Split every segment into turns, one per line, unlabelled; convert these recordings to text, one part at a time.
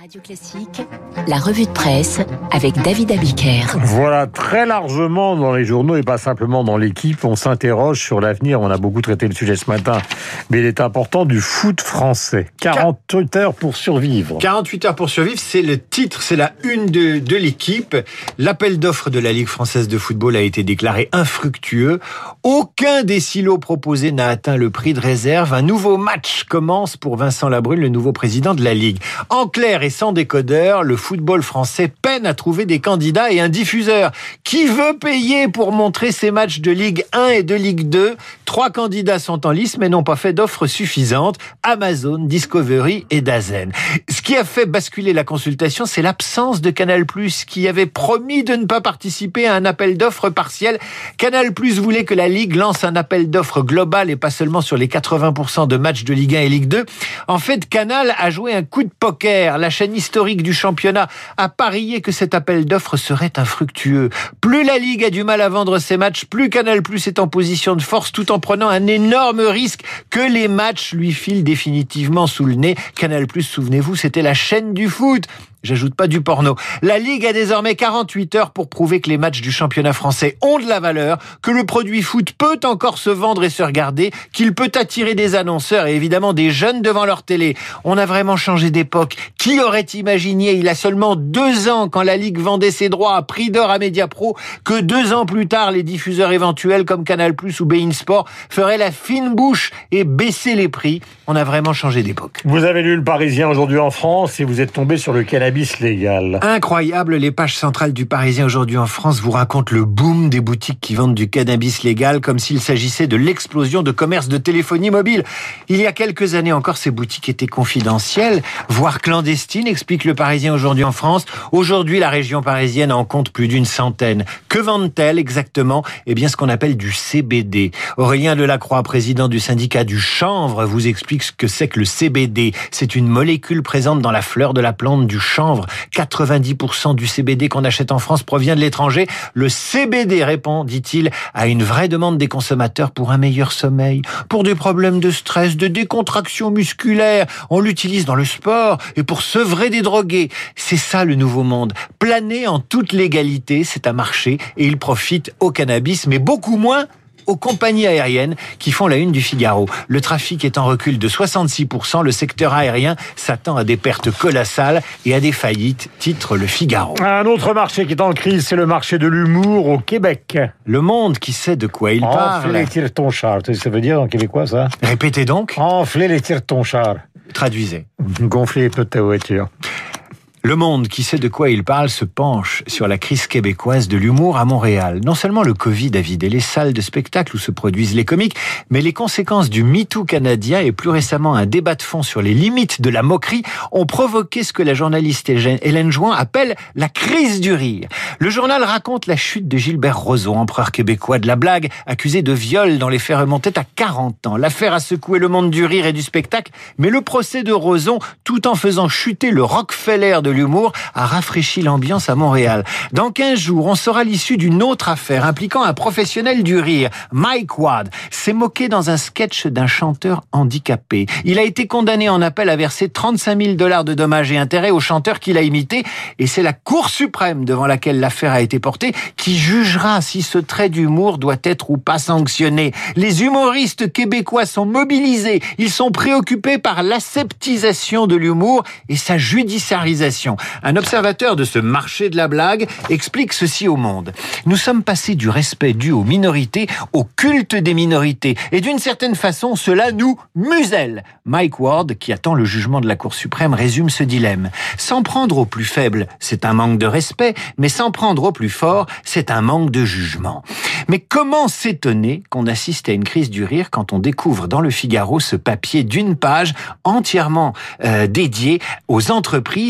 Radio Classique, la revue de presse avec David Abiker.
Voilà, très largement dans les journaux et pas simplement dans l'équipe, on s'interroge sur l'avenir. On a beaucoup traité le sujet ce matin, mais il est important, du foot français. 48 heures pour survivre.
48 heures pour survivre, c'est le titre, c'est la une de l'équipe. L'appel d'offres de la Ligue française de football a été déclaré infructueux. Aucun des silos proposés n'a atteint le prix de réserve. Un nouveau match commence pour Vincent Labrune, le nouveau président de la Ligue. En clair et sans décodeur, le football français peine à trouver des candidats et un diffuseur. Qui veut payer pour montrer ses matchs de Ligue 1 et de Ligue 2 ? 3 candidats sont en lice mais n'ont pas fait d'offres suffisantes. Amazon, Discovery et DAZN. Ce qui a fait basculer la consultation, c'est l'absence de Canal+, qui avait promis de ne pas participer à un appel d'offres partiel. Canal+ voulait que la Ligue lance un appel d'offres global et pas seulement sur les 80% de matchs de Ligue 1 et Ligue 2. En fait, Canal a joué un coup de poker. La chaîne historique du championnat a parié que cet appel d'offres serait infructueux. Plus la Ligue a du mal à vendre ses matchs, plus Canal+ est en position de force, tout en prenant un énorme risque que les matchs lui filent définitivement sous le nez. Canal+, souvenez-vous, c'était la chaîne du foot. J'ajoute pas du porno. La Ligue a désormais 48 heures pour prouver que les matchs du championnat français ont de la valeur, que le produit foot peut encore se vendre et se regarder, qu'il peut attirer des annonceurs et évidemment des jeunes devant leur télé. On a vraiment changé d'époque. Qui aurait imaginé, il a seulement 2 ans, quand la Ligue vendait ses droits à prix d'or à Mediapro, que 2 ans plus tard, les diffuseurs éventuels comme Canal+ ou beIN Sport feraient la fine bouche et baissaient les prix. On a vraiment changé d'époque.
Vous avez lu Le Parisien aujourd'hui en France et vous êtes tombé sur le cannabis légal.
Incroyable, les pages centrales du Parisien aujourd'hui en France vous racontent le boom des boutiques qui vendent du cannabis légal, comme s'il s'agissait de l'explosion de commerce de téléphonie mobile. Il y a quelques années encore, ces boutiques étaient confidentielles, voire clandestines, explique le Parisien aujourd'hui en France. Aujourd'hui, la région parisienne en compte plus d'une centaine. Que vendent-elles exactement ? Eh bien, ce qu'on appelle du CBD. Aurélien Delacroix, président du syndicat du chanvre, vous explique ce que c'est que le CBD. C'est une molécule présente dans la fleur de la plante du chanvre. 90% du CBD qu'on achète en France provient de l'étranger. Le CBD répond, dit-il, à une vraie demande des consommateurs pour un meilleur sommeil, pour des problèmes de stress, de décontraction musculaire. On l'utilise dans le sport et pour sevrer des drogués. C'est ça le nouveau monde. Planer en toute légalité, c'est un marché et il profite au cannabis, mais beaucoup moins aux compagnies aériennes qui font la une du Figaro. Le trafic est en recul de 66%. Le secteur aérien s'attend à des pertes colossales et à des faillites, titre le Figaro.
Un autre marché qui est en crise, c'est le marché de l'humour au Québec.
Le Monde qui sait de quoi il parle.
Enfler les tire-ton-char, ça veut dire en québécois ça ?
Répétez donc.
Enfler les tire-ton-char.
Traduisez.
Gonfler les pneus de ta voiture.
Le Monde, qui sait de quoi il parle, se penche sur la crise québécoise de l'humour à Montréal. Non seulement le Covid a vidé les salles de spectacle où se produisent les comiques, mais les conséquences du MeToo canadien et plus récemment un débat de fond sur les limites de la moquerie ont provoqué ce que la journaliste Hélène Jouin appelle la crise du rire. Le journal raconte la chute de Gilbert Rozon, empereur québécois de la blague, accusé de viol dont les faits remontaient à 40 ans. L'affaire a secoué le monde du rire et du spectacle, mais le procès de Rozon, tout en faisant chuter le Rockefeller de l'humour, a rafraîchi l'ambiance à Montréal. Dans 15 jours, on saura l'issue d'une autre affaire impliquant un professionnel du rire. Mike Ward s'est moqué dans un sketch d'un chanteur handicapé. Il a été condamné en appel à verser 35 000 $ de dommages et intérêts au chanteur qu'il a imité, et c'est la Cour suprême devant laquelle l'affaire a été portée qui jugera si ce trait d'humour doit être ou pas sanctionné. Les humoristes québécois sont mobilisés. Ils sont préoccupés par l'aseptisation de l'humour et sa judiciarisation. Un observateur de ce marché de la blague explique ceci au Monde. Nous sommes passés du respect dû aux minorités au culte des minorités. Et d'une certaine façon, cela nous muselle. Mike Ward, qui attend le jugement de la Cour suprême, résume ce dilemme. S'en prendre aux plus faibles, c'est un manque de respect, mais s'en prendre aux plus forts, c'est un manque de jugement. Mais comment s'étonner qu'on assiste à une crise du rire quand on découvre dans le Figaro ce papier d'une page entièrement dédié aux entreprises qui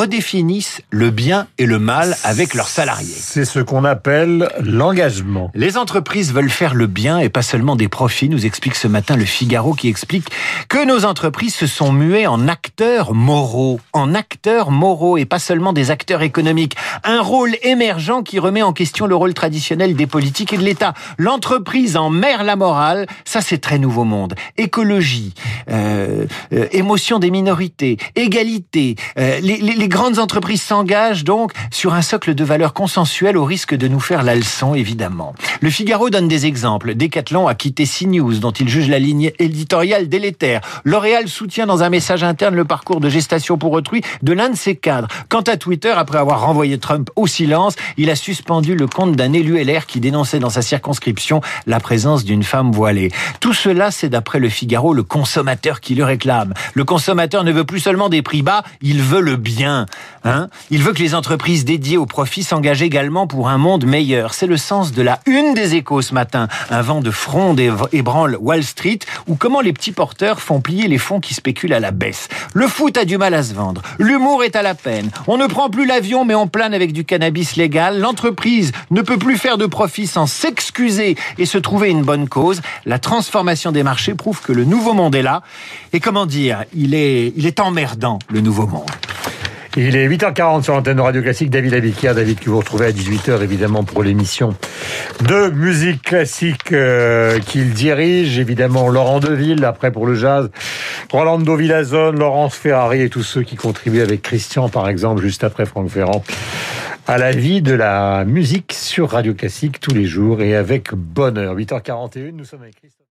redéfinissent le bien et le mal avec leurs salariés.
C'est ce qu'on appelle l'engagement.
Les entreprises veulent faire le bien et pas seulement des profits, nous explique ce matin le Figaro, qui explique que nos entreprises se sont muées en acteurs moraux. En acteurs moraux et pas seulement des acteurs économiques. Un rôle émergent qui remet en question le rôle traditionnel des politiques et de l'État. L'entreprise en mère la morale, ça c'est très nouveau monde. Écologie, émotion des minorités, égalité. Les grandes entreprises s'engagent donc sur un socle de valeurs consensuelles au risque de nous faire la leçon, évidemment. Le Figaro donne des exemples. Decathlon a quitté CNews, dont il juge la ligne éditoriale délétère. L'Oréal soutient dans un message interne le parcours de gestation pour autrui de l'un de ses cadres. Quant à Twitter, après avoir renvoyé Trump au silence, il a suspendu le compte d'un élu LR qui dénonçait dans sa circonscription la présence d'une femme voilée. Tout cela, c'est d'après le Figaro, le consommateur qui le réclame. Le consommateur ne veut plus seulement des prix bas, il veut le bien. Il veut que les entreprises dédiées au profit s'engagent également pour un monde meilleur. C'est le sens de la une des Échos ce matin. Un vent de fronde ébranle Wall Street, ou comment les petits porteurs font plier les fonds qui spéculent à la baisse. Le foot a du mal à se vendre. L'humour est à la peine. On ne prend plus l'avion, mais on plane avec du cannabis légal. L'entreprise ne peut plus faire de profit sans s'excuser et se trouver une bonne cause. La transformation des marchés prouve que le nouveau monde est là. Et comment dire, il est emmerdant, le nouveau monde.
Il est 8h40 sur l'antenne de Radio Classique. David Abiquière, David que vous retrouvez à 18h évidemment pour l'émission de musique classique qu'il dirige. Évidemment Laurent Deville, après pour le jazz, Rolando Villazone, Laurence Ferrari et tous ceux qui contribuent avec Christian par exemple, juste après Franck Ferrand, à la vie de la musique sur Radio Classique tous les jours et avec bonheur. 8h41, nous sommes avec Christian.